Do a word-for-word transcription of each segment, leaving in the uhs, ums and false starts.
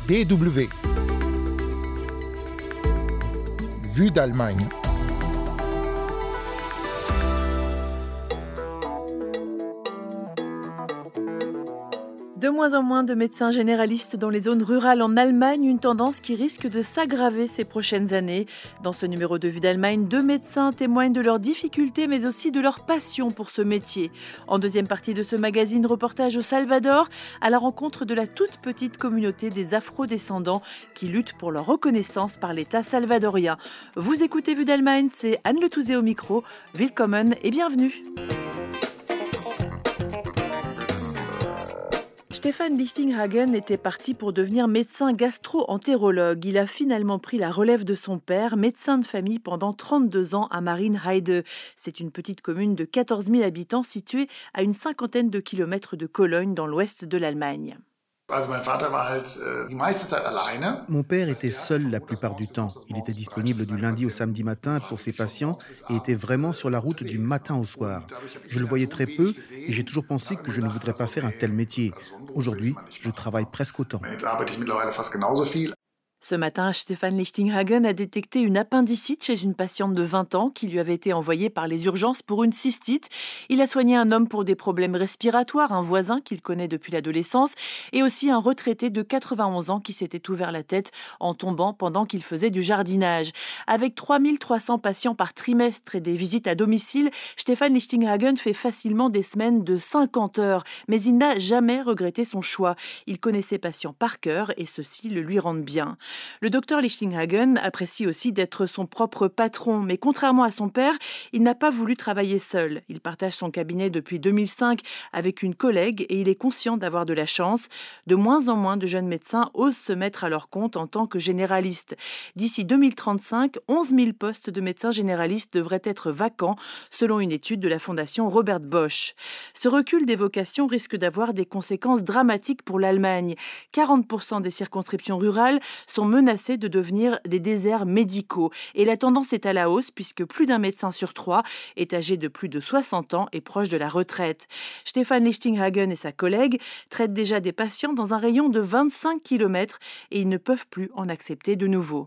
D W. Vue d'Allemagne. De moins en moins de médecins généralistes dans les zones rurales en Allemagne, une tendance qui risque de s'aggraver ces prochaines années. Dans ce numéro de Vue d'Allemagne, deux médecins témoignent de leurs difficultés mais aussi de leur passion pour ce métier. En deuxième partie de ce magazine, reportage au Salvador, à la rencontre de la toute petite communauté des afro-descendants qui luttent pour leur reconnaissance par l'État salvadorien. Vous écoutez Vue d'Allemagne, c'est Anne Le Touzé au micro. Willkommen et bienvenue. Stefan Lichtinghagen était parti pour devenir médecin gastro-entérologue. Il a finalement pris la relève de son père, médecin de famille pendant trente-deux ans à Marienheide. C'est une petite commune de quatorze mille habitants située à une cinquantaine de kilomètres de Cologne dans l'ouest de l'Allemagne. Mon père était seul la plupart du temps. Il était disponible du lundi au samedi matin pour ses patients et était vraiment sur la route du matin au soir. Je le voyais très peu et j'ai toujours pensé que je ne voudrais pas faire un tel métier. Aujourd'hui, je travaille presque autant. Ce matin, Stefan Lichtinghagen a détecté une appendicite chez une patiente de vingt ans qui lui avait été envoyée par les urgences pour une cystite. Il a soigné un homme pour des problèmes respiratoires, un voisin qu'il connaît depuis l'adolescence, et aussi un retraité de quatre-vingt-onze ans qui s'était ouvert la tête en tombant pendant qu'il faisait du jardinage. Avec trois mille trois cents patients par trimestre et des visites à domicile, Stefan Lichtinghagen fait facilement des semaines de cinquante heures, mais il n'a jamais regretté son choix. Il connaît ses patients par cœur et ceux-ci le lui rendent bien. Le docteur Lichtinghagen apprécie aussi d'être son propre patron, mais contrairement à son père, il n'a pas voulu travailler seul. Il partage son cabinet depuis deux mille cinq avec une collègue et il est conscient d'avoir de la chance. De moins en moins de jeunes médecins osent se mettre à leur compte en tant que généralistes. D'ici deux mille trente-cinq, onze mille postes de médecins généralistes devraient être vacants, selon une étude de la fondation Robert Bosch. Ce recul des vocations risque d'avoir des conséquences dramatiques pour l'Allemagne. quarante pour cent des circonscriptions rurales sont menacés de devenir des déserts médicaux. Et la tendance est à la hausse puisque plus d'un médecin sur trois est âgé de plus de soixante ans et proche de la retraite. Stefan Lichtinghagen et sa collègue traitent déjà des patients dans un rayon de vingt-cinq kilomètres et ils ne peuvent plus en accepter de nouveaux.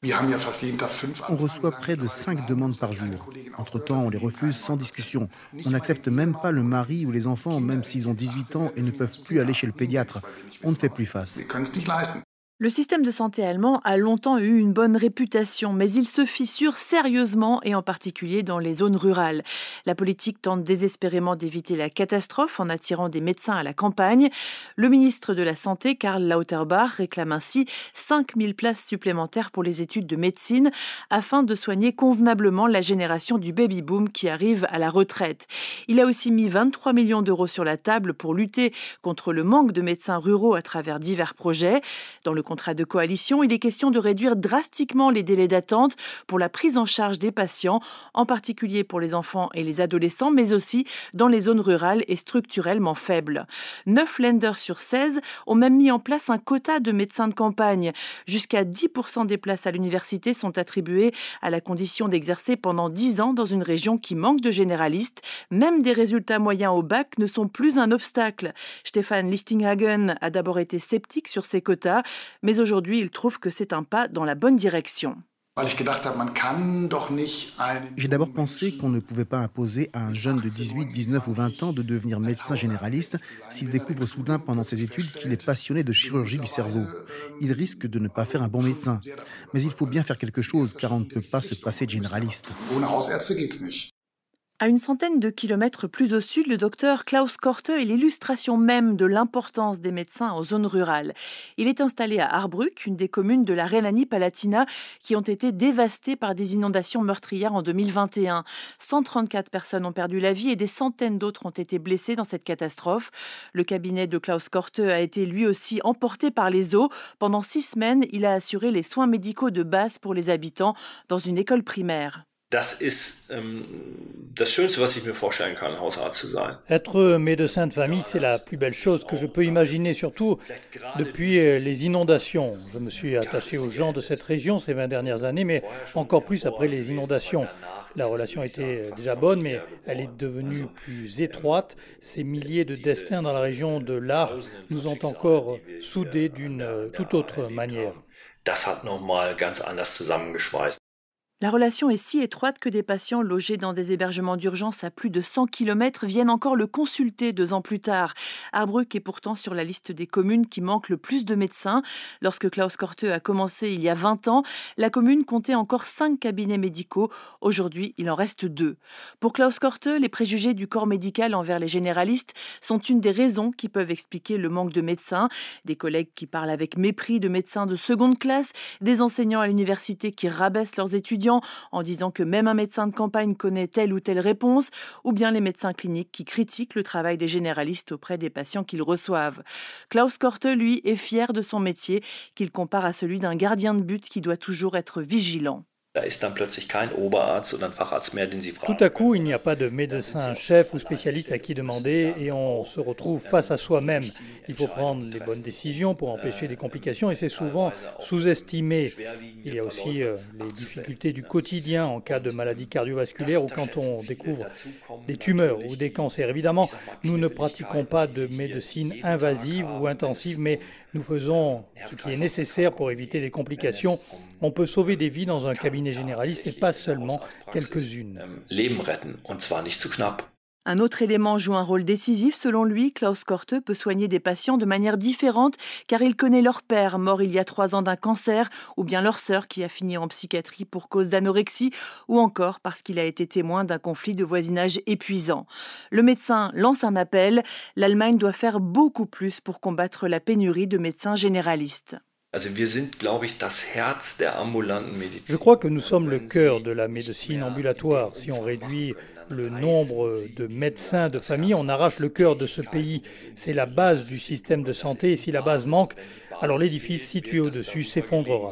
On reçoit près de cinq demandes par jour. Entre-temps, on les refuse sans discussion. On n'accepte même pas le mari ou les enfants, même s'ils ont dix-huit ans et ne peuvent plus aller chez le pédiatre. On ne fait plus face. Le système de santé allemand a longtemps eu une bonne réputation, mais il se fissure sérieusement et en particulier dans les zones rurales. La politique tente désespérément d'éviter la catastrophe en attirant des médecins à la campagne. Le ministre de la Santé, Karl Lauterbach, réclame ainsi cinq mille places supplémentaires pour les études de médecine afin de soigner convenablement la génération du baby-boom qui arrive à la retraite. Il a aussi mis vingt-trois millions d'euros sur la table pour lutter contre le manque de médecins ruraux à travers divers projets. Dans le contrat de coalition, il est question de réduire drastiquement les délais d'attente pour la prise en charge des patients, en particulier pour les enfants et les adolescents, mais aussi dans les zones rurales et structurellement faibles. Neuf Länder sur seize ont même mis en place un quota de médecins de campagne. Jusqu'à dix pour cent des places à l'université sont attribuées à la condition d'exercer pendant dix ans dans une région qui manque de généralistes. Même des résultats moyens au bac ne sont plus un obstacle. Stefan Lichtinghagen a d'abord été sceptique sur ces quotas, mais aujourd'hui, il trouve que c'est un pas dans la bonne direction. J'ai d'abord pensé qu'on ne pouvait pas imposer à un jeune de dix-huit, dix-neuf ou vingt ans de devenir médecin généraliste s'il découvre soudain pendant ses études qu'il est passionné de chirurgie du cerveau. Il risque de ne pas faire un bon médecin. Mais il faut bien faire quelque chose car on ne peut pas se passer de généraliste. À une centaine de kilomètres plus au sud, le docteur Klaus Korte est l'illustration même de l'importance des médecins en zone rurale. Il est installé à Aarbrück, une des communes de la Rhénanie-Palatinat qui ont été dévastées par des inondations meurtrières en deux mille vingt et un. cent trente-quatre personnes ont perdu la vie et des centaines d'autres ont été blessées dans cette catastrophe. Le cabinet de Klaus Korte a été lui aussi emporté par les eaux. Pendant six semaines, il a assuré les soins médicaux de base pour les habitants dans une école primaire. Das ist ähm, das Schönste, was ich mir vorstellen kann, Hausarzt zu sein. Être médecin de famille, c'est la plus belle chose que je peux imaginer, surtout depuis les inondations. Je me suis attaché aux gens de cette région ces vingt dernières années, mais encore plus après les inondations. La relation était déjà bonne, mais elle est devenue plus étroite. Ces milliers de destins dans la région de l'Aar nous ont encore soudés d'une toute autre manière. Das hat nochmal ganz anders zusammengeschweißt. La relation est si étroite que des patients logés dans des hébergements d'urgence à plus de cent kilomètres viennent encore le consulter deux ans plus tard. Arbruck est pourtant sur la liste des communes qui manquent le plus de médecins. Lorsque Klaus Korte a commencé il y a vingt ans, la commune comptait encore cinq cabinets médicaux. Aujourd'hui, il en reste deux. Pour Klaus Korte, les préjugés du corps médical envers les généralistes sont une des raisons qui peuvent expliquer le manque de médecins. Des collègues qui parlent avec mépris de médecins de seconde classe, des enseignants à l'université qui rabaissent leurs étudiants en disant que même un médecin de campagne connaît telle ou telle réponse, ou bien les médecins cliniques qui critiquent le travail des généralistes auprès des patients qu'ils reçoivent. Klaus Korte, lui, est fier de son métier, qu'il compare à celui d'un gardien de but qui doit toujours être vigilant. Tout à coup, il n'y a pas de médecin-chef ou spécialiste à qui demander et on se retrouve face à soi-même. Il faut prendre les bonnes décisions pour empêcher des complications et c'est souvent sous-estimé. Il y a aussi euh, les difficultés du quotidien en cas de maladie cardiovasculaire ou quand on découvre des tumeurs ou des cancers. Évidemment, nous ne pratiquons pas de médecine invasive ou intensive, mais nous faisons ce qui est nécessaire pour éviter des complications. On peut sauver des vies dans un cabinet généraliste et pas seulement quelques-unes. Un autre élément joue un rôle décisif. Selon lui, Klaus Korte peut soigner des patients de manière différente car il connaît leur père, mort il y a trois ans d'un cancer, ou bien leur sœur qui a fini en psychiatrie pour cause d'anorexie, ou encore parce qu'il a été témoin d'un conflit de voisinage épuisant. Le médecin lance un appel. L'Allemagne doit faire beaucoup plus pour combattre la pénurie de médecins généralistes. Je crois que nous sommes le cœur de la médecine ambulatoire. Si on réduit le nombre de médecins de famille, on arrache le cœur de ce pays. C'est la base du système de santé et si la base manque, alors l'édifice situé au-dessus s'effondrera.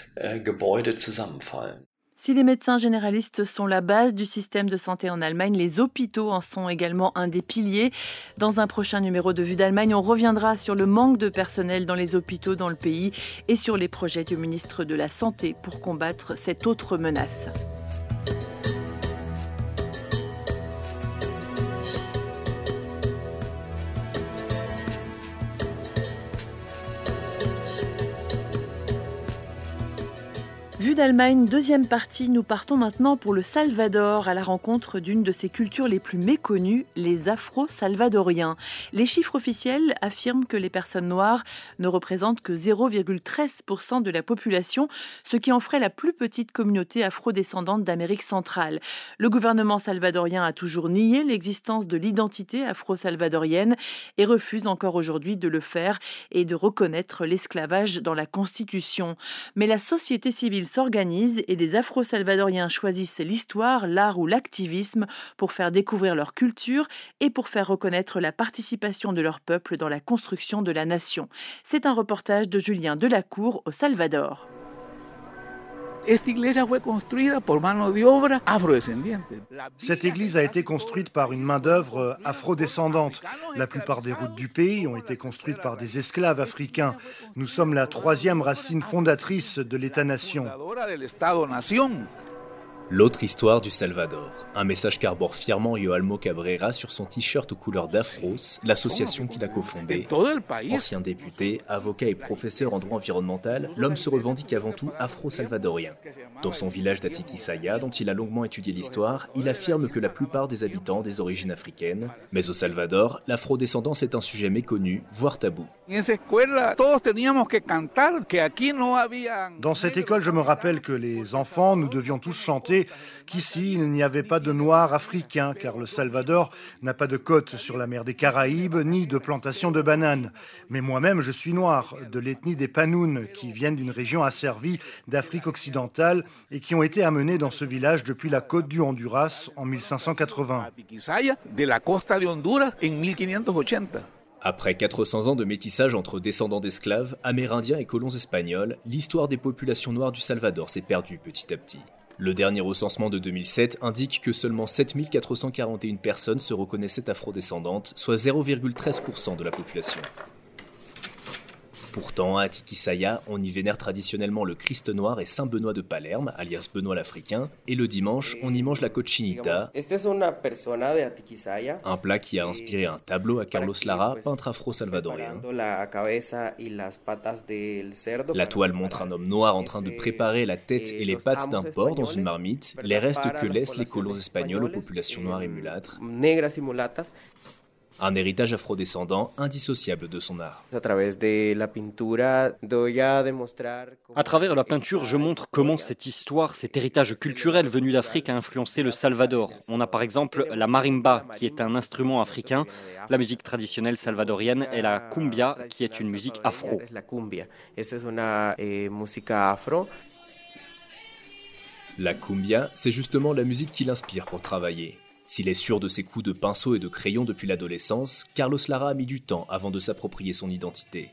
Si les médecins généralistes sont la base du système de santé en Allemagne, les hôpitaux en sont également un des piliers. Dans un prochain numéro de Vue d'Allemagne, on reviendra sur le manque de personnel dans les hôpitaux dans le pays et sur les projets du ministre de la Santé pour combattre cette autre menace. Vue d'Allemagne, deuxième partie, nous partons maintenant pour le Salvador, à la rencontre d'une de ses cultures les plus méconnues, les Afro-Salvadoriens. Les chiffres officiels affirment que les personnes noires ne représentent que zéro virgule treize pour cent de la population, ce qui en ferait la plus petite communauté afro-descendante d'Amérique centrale. Le gouvernement salvadorien a toujours nié l'existence de l'identité afro-salvadorienne et refuse encore aujourd'hui de le faire et de reconnaître l'esclavage dans la Constitution. Mais la société civile s'organisent et des Afro-Salvadoriens choisissent l'histoire, l'art ou l'activisme pour faire découvrir leur culture et pour faire reconnaître la participation de leur peuple dans la construction de la nation. C'est un reportage de Julien Delacour au Salvador. Cette église a été construite par une main-d'œuvre afro-descendante. La plupart des routes du pays ont été construites par des esclaves africains. Nous sommes la troisième racine fondatrice de l'État-nation. L'autre histoire du Salvador. Un message qu'arbore fièrement Yoalmo Cabrera sur son t-shirt aux couleurs d'Afros, l'association qu'il a cofondée. Ancien député, avocat et professeur en droit environnemental, l'homme se revendique avant tout afro-salvadorien. Dans son village d'Atiquisaya, dont il a longuement étudié l'histoire, il affirme que la plupart des habitants ont des origines africaines. Mais au Salvador, l'afrodescendance est un sujet méconnu, voire tabou. Dans cette école, je me rappelle que les enfants, nous devions tous chanter qu'ici, il n'y avait pas de noirs africains, car le Salvador n'a pas de côte sur la mer des Caraïbes, ni de plantation de bananes. Mais moi-même, je suis noir, de l'ethnie des Panounes, qui viennent d'une région asservie d'Afrique occidentale et qui ont été amenés dans ce village depuis la côte du Honduras en mille cinq cent quatre-vingts. Après quatre cents ans de métissage entre descendants d'esclaves, amérindiens et colons espagnols, l'histoire des populations noires du Salvador s'est perdue petit à petit. Le dernier recensement de deux mille sept indique que seulement sept mille quatre cent quarante et une personnes se reconnaissaient afrodescendantes, soit zéro virgule treize pour cent de la population. Pourtant, à Atiquizaya, on y vénère traditionnellement le Christ noir et Saint Benoît de Palerme, alias Benoît l'Africain, et le dimanche, on y mange la cochinita, un plat qui a inspiré un tableau à Carlos Lara, peintre afro-salvadorien. La toile montre un homme noir en train de préparer la tête et les pattes d'un porc dans une marmite, les restes que laissent les colons espagnols aux populations noires et mulâtres. Un héritage afrodescendant indissociable de son art. À travers la peinture, je montre comment cette histoire, cet héritage culturel venu d'Afrique a influencé le Salvador. On a par exemple la marimba, qui est un instrument africain, la musique traditionnelle salvadorienne, et la cumbia, qui est une musique afro. La cumbia, c'est justement la musique qui l'inspire pour travailler. S'il est sûr de ses coups de pinceau et de crayon depuis l'adolescence, Carlos Lara a mis du temps avant de s'approprier son identité.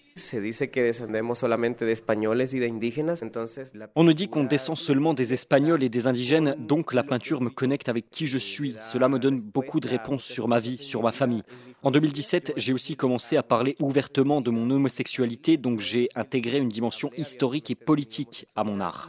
On nous dit qu'on descend seulement des Espagnols et des indigènes, donc la peinture me connecte avec qui je suis. Cela me donne beaucoup de réponses sur ma vie, sur ma famille. En deux mille dix-sept, j'ai aussi commencé à parler ouvertement de mon homosexualité, donc j'ai intégré une dimension historique et politique à mon art.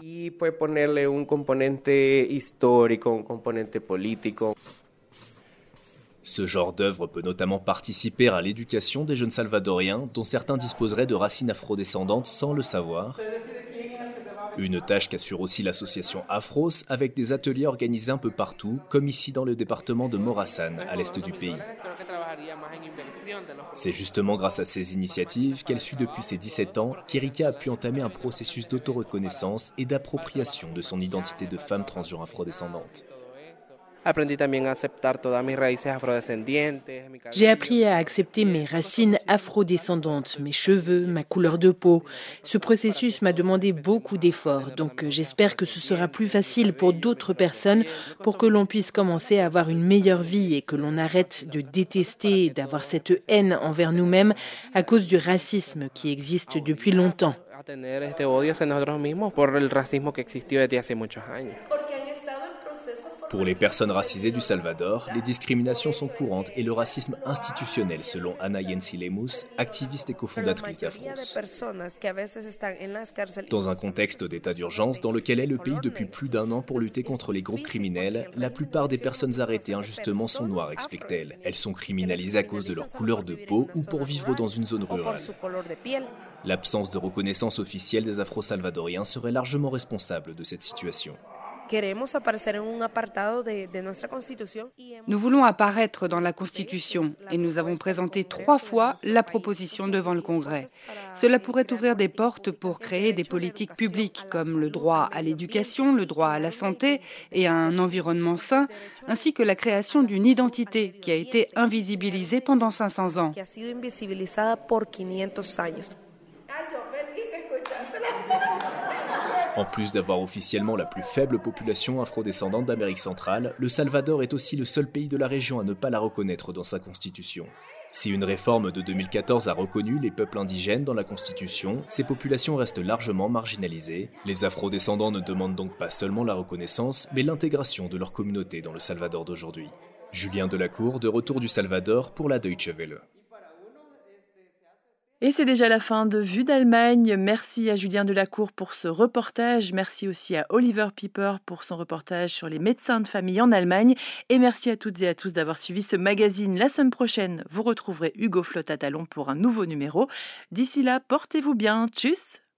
Ce genre d'œuvre peut notamment participer à l'éducation des jeunes salvadoriens dont certains disposeraient de racines afrodescendantes sans le savoir. Une tâche qu'assure aussi l'association Afros avec des ateliers organisés un peu partout, comme ici dans le département de Morazán, à l'est du pays. C'est justement grâce à ces initiatives qu'elle suit depuis ses dix-sept ans qu'Erika a pu entamer un processus d'autoreconnaissance et d'appropriation de son identité de femme transgenre afrodescendante. J'ai appris à accepter mes racines afrodescendantes, mes cheveux, ma couleur de peau. Ce processus m'a demandé beaucoup d'efforts, donc j'espère que ce sera plus facile pour d'autres personnes pour que l'on puisse commencer à avoir une meilleure vie et que l'on arrête de détester et d'avoir cette haine envers nous-mêmes à cause du racisme qui existe depuis longtemps. Pour les personnes racisées du Salvador, les discriminations sont courantes et le racisme institutionnel, selon Ana Yensi Lemus, activiste et cofondatrice d'Afros. Dans un contexte d'état d'urgence dans lequel est le pays depuis plus d'un an pour lutter contre les groupes criminels, la plupart des personnes arrêtées injustement sont noires, explique-t-elle. Elles sont criminalisées à cause de leur couleur de peau ou pour vivre dans une zone rurale. L'absence de reconnaissance officielle des Afro-Salvadoriens serait largement responsable de cette situation. Nous voulons apparaître dans la Constitution et nous avons présenté trois fois la proposition devant le Congrès. Cela pourrait ouvrir des portes pour créer des politiques publiques comme le droit à l'éducation, le droit à la santé et à un environnement sain, ainsi que la création d'une identité qui a été invisibilisée pendant cinq cents ans. En plus d'avoir officiellement la plus faible population afrodescendante d'Amérique centrale, le Salvador est aussi le seul pays de la région à ne pas la reconnaître dans sa constitution. Si une réforme de deux mille quatorze a reconnu les peuples indigènes dans la Constitution, ces populations restent largement marginalisées. Les afrodescendants ne demandent donc pas seulement la reconnaissance, mais l'intégration de leur communauté dans le Salvador d'aujourd'hui. Julien Delacour, de retour du Salvador pour la Deutsche Welle. Et c'est déjà la fin de Vue d'Allemagne. Merci à Julien Delacour pour ce reportage. Merci aussi à Oliver Piper pour son reportage sur les médecins de famille en Allemagne. Et merci à toutes et à tous d'avoir suivi ce magazine. La semaine prochaine, vous retrouverez Hugo Flotta-Talon pour un nouveau numéro. D'ici là, portez-vous bien. Tchuss!